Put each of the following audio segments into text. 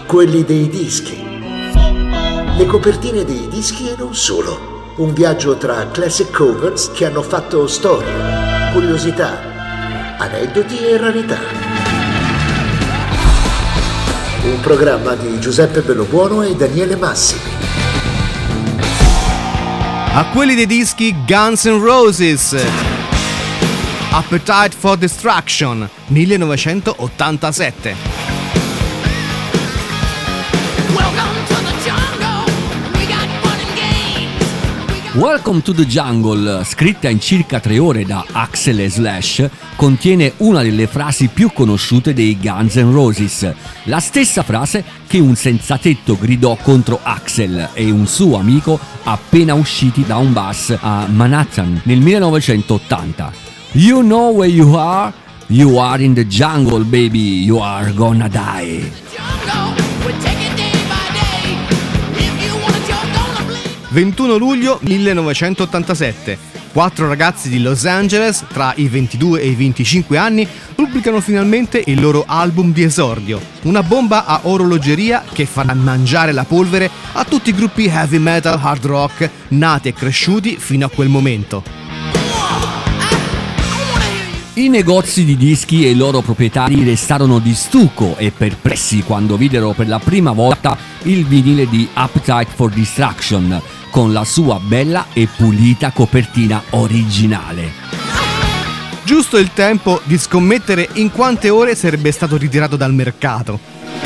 quelli dei dischi. Le copertine dei dischi e non solo. Un viaggio tra classic covers che hanno fatto storia, curiosità, aneddoti e rarità. Un programma di Giuseppe Bellobuono e Daniele Massimi. A quelli dei dischi Guns N' Roses, Appetite for Destruction, 1987. Welcome to the Jungle, scritta in circa 3 ore da Axl e Slash, contiene una delle frasi più conosciute dei Guns N' Roses, la stessa frase che un senzatetto gridò contro Axl e un suo amico appena usciti da un bus a Manhattan nel 1980. You know where you are? You are in the jungle, baby, you are gonna die. 21 luglio 1987. 4 ragazzi di Los Angeles, tra i 22 e i 25 anni, pubblicano finalmente il loro album di esordio, una bomba a orologeria che farà mangiare la polvere a tutti i gruppi heavy metal, hard rock, nati e cresciuti fino a quel momento. I negozi di dischi e i loro proprietari restarono di stucco e perplessi quando videro per la prima volta il vinile di Appetite for Destruction con la sua bella e pulita copertina originale. Giusto il tempo di scommettere in quante ore sarebbe stato ritirato dal mercato.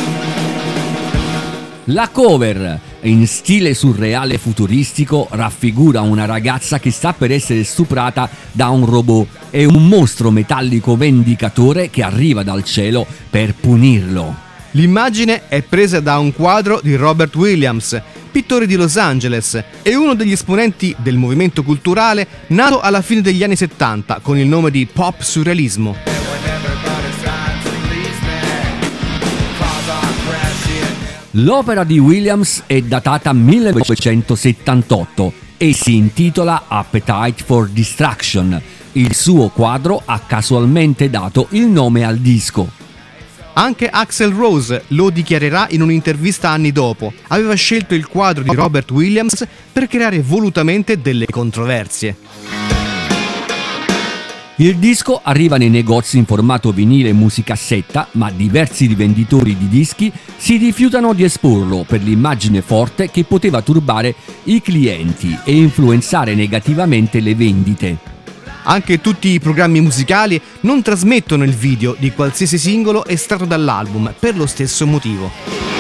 La cover, in stile surreale futuristico, raffigura una ragazza che sta per essere stuprata da un robot e un mostro metallico vendicatore che arriva dal cielo per punirlo. L'immagine è presa da un quadro di Robert Williams, pittore di Los Angeles e uno degli esponenti del movimento culturale nato alla fine degli anni 70 con il nome di pop surrealismo. L'opera di Williams è datata 1978 e si intitola Appetite for Destruction. Il suo quadro ha casualmente dato il nome al disco. Anche Axl Rose lo dichiarerà in un'intervista anni dopo. Aveva scelto il quadro di Robert Williams per creare volutamente delle controversie. Il disco arriva nei negozi in formato vinile e musicassetta, ma diversi rivenditori di dischi si rifiutano di esporlo per l'immagine forte che poteva turbare i clienti e influenzare negativamente le vendite. Anche tutti i programmi musicali non trasmettono il video di qualsiasi singolo estratto dall'album per lo stesso motivo.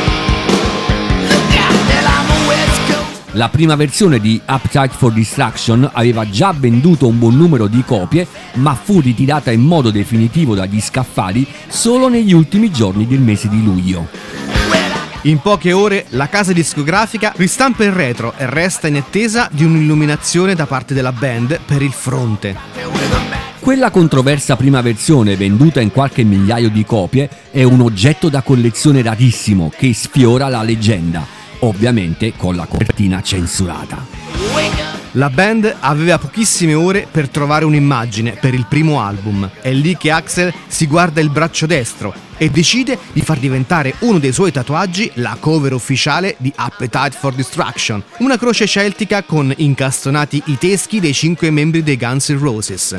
La prima versione di Appetite for Destruction aveva già venduto un buon numero di copie, ma fu ritirata in modo definitivo dagli scaffali solo negli ultimi giorni del mese di luglio. In poche ore la casa discografica ristampa il retro e resta in attesa di un'illuminazione da parte della band per il fronte. Quella controversa prima versione, venduta in qualche migliaio di copie, è un oggetto da collezione rarissimo che sfiora la leggenda, ovviamente con la copertina censurata. La band aveva pochissime ore per trovare un'immagine per il primo album. È lì che Axl si guarda il braccio destro e decide di far diventare uno dei suoi tatuaggi la cover ufficiale di Appetite for Destruction, una croce celtica con incastonati i teschi dei 5 membri dei Guns N' Roses.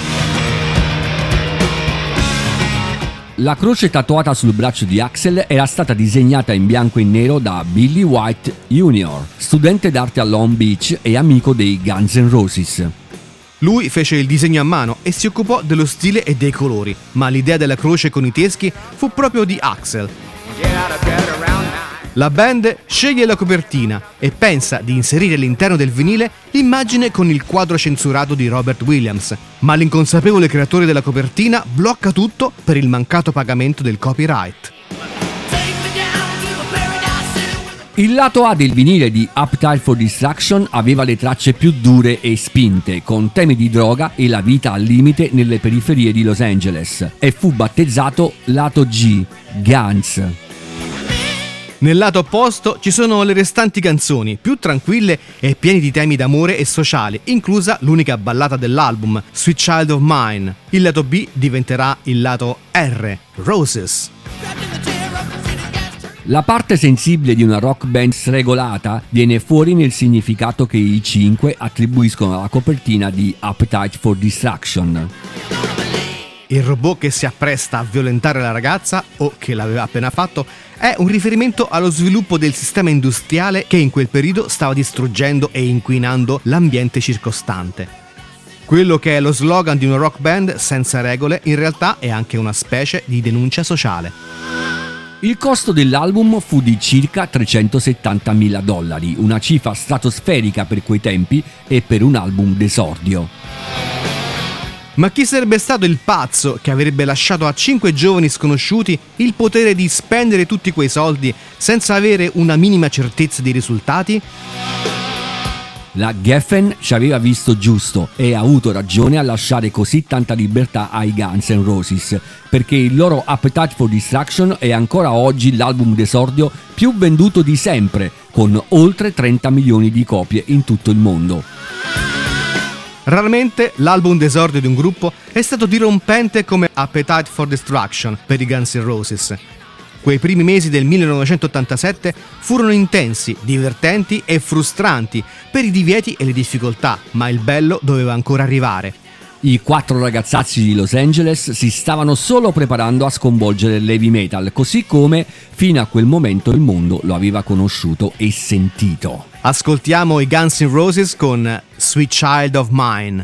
La croce tatuata sul braccio di Axl era stata disegnata in bianco e nero da Billy White Jr., studente d'arte a Long Beach e amico dei Guns N' Roses. Lui fece il disegno a mano e si occupò dello stile e dei colori, ma l'idea della croce con i teschi fu proprio di Axl. La band sceglie la copertina e pensa di inserire all'interno del vinile l'immagine con il quadro censurato di Robert Williams, ma l'inconsapevole creatore della copertina blocca tutto per il mancato pagamento del copyright. Il lato A del vinile di Appetite for Destruction aveva le tracce più dure e spinte, con temi di droga e la vita al limite nelle periferie di Los Angeles, e fu battezzato lato G, Guns. Nel lato opposto ci sono le restanti canzoni, più tranquille e piene di temi d'amore e sociali, inclusa l'unica ballata dell'album, Sweet Child of Mine. Il lato B diventerà il lato R, Roses. La parte sensibile di una rock band sregolata viene fuori nel significato che i 5 attribuiscono alla copertina di Appetite for Destruction. Il robot che si appresta a violentare la ragazza, o che l'aveva appena fatto, è un riferimento allo sviluppo del sistema industriale che in quel periodo stava distruggendo e inquinando l'ambiente circostante. Quello che è lo slogan di una rock band senza regole in realtà è anche una specie di denuncia sociale. Il costo dell'album fu di circa $370.000, una cifra stratosferica per quei tempi e per un album d'esordio. Ma chi sarebbe stato il pazzo che avrebbe lasciato a 5 giovani sconosciuti il potere di spendere tutti quei soldi senza avere una minima certezza dei risultati? La Geffen ci aveva visto giusto e ha avuto ragione a lasciare così tanta libertà ai Guns N' Roses, perché il loro Appetite for Destruction è ancora oggi l'album d'esordio più venduto di sempre, con oltre 30 milioni di copie in tutto il mondo. Raramente l'album d'esordio di un gruppo è stato dirompente come Appetite for Destruction per i Guns N' Roses. Quei primi mesi del 1987 furono intensi, divertenti e frustranti per i divieti e le difficoltà, ma il bello doveva ancora arrivare. I 4 ragazzacci di Los Angeles si stavano solo preparando a sconvolgere l'heavy metal, così come fino a quel momento il mondo lo aveva conosciuto e sentito. Ascoltiamo i Guns N' Roses con Sweet Child of Mine.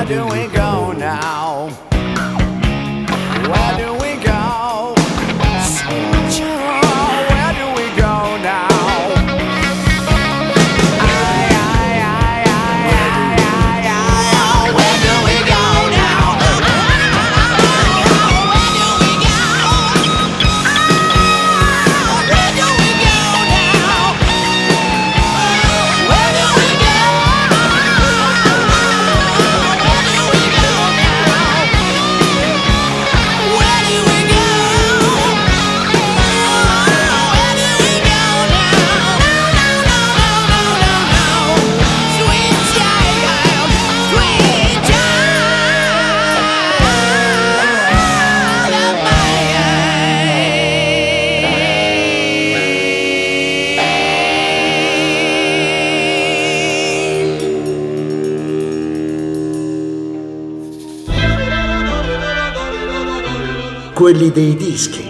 do we go now? Where do we go? Sweet child, where do we go now? Where do we go now? Where do we go? Where do we go now? Where do we go? Quelli dei dischi.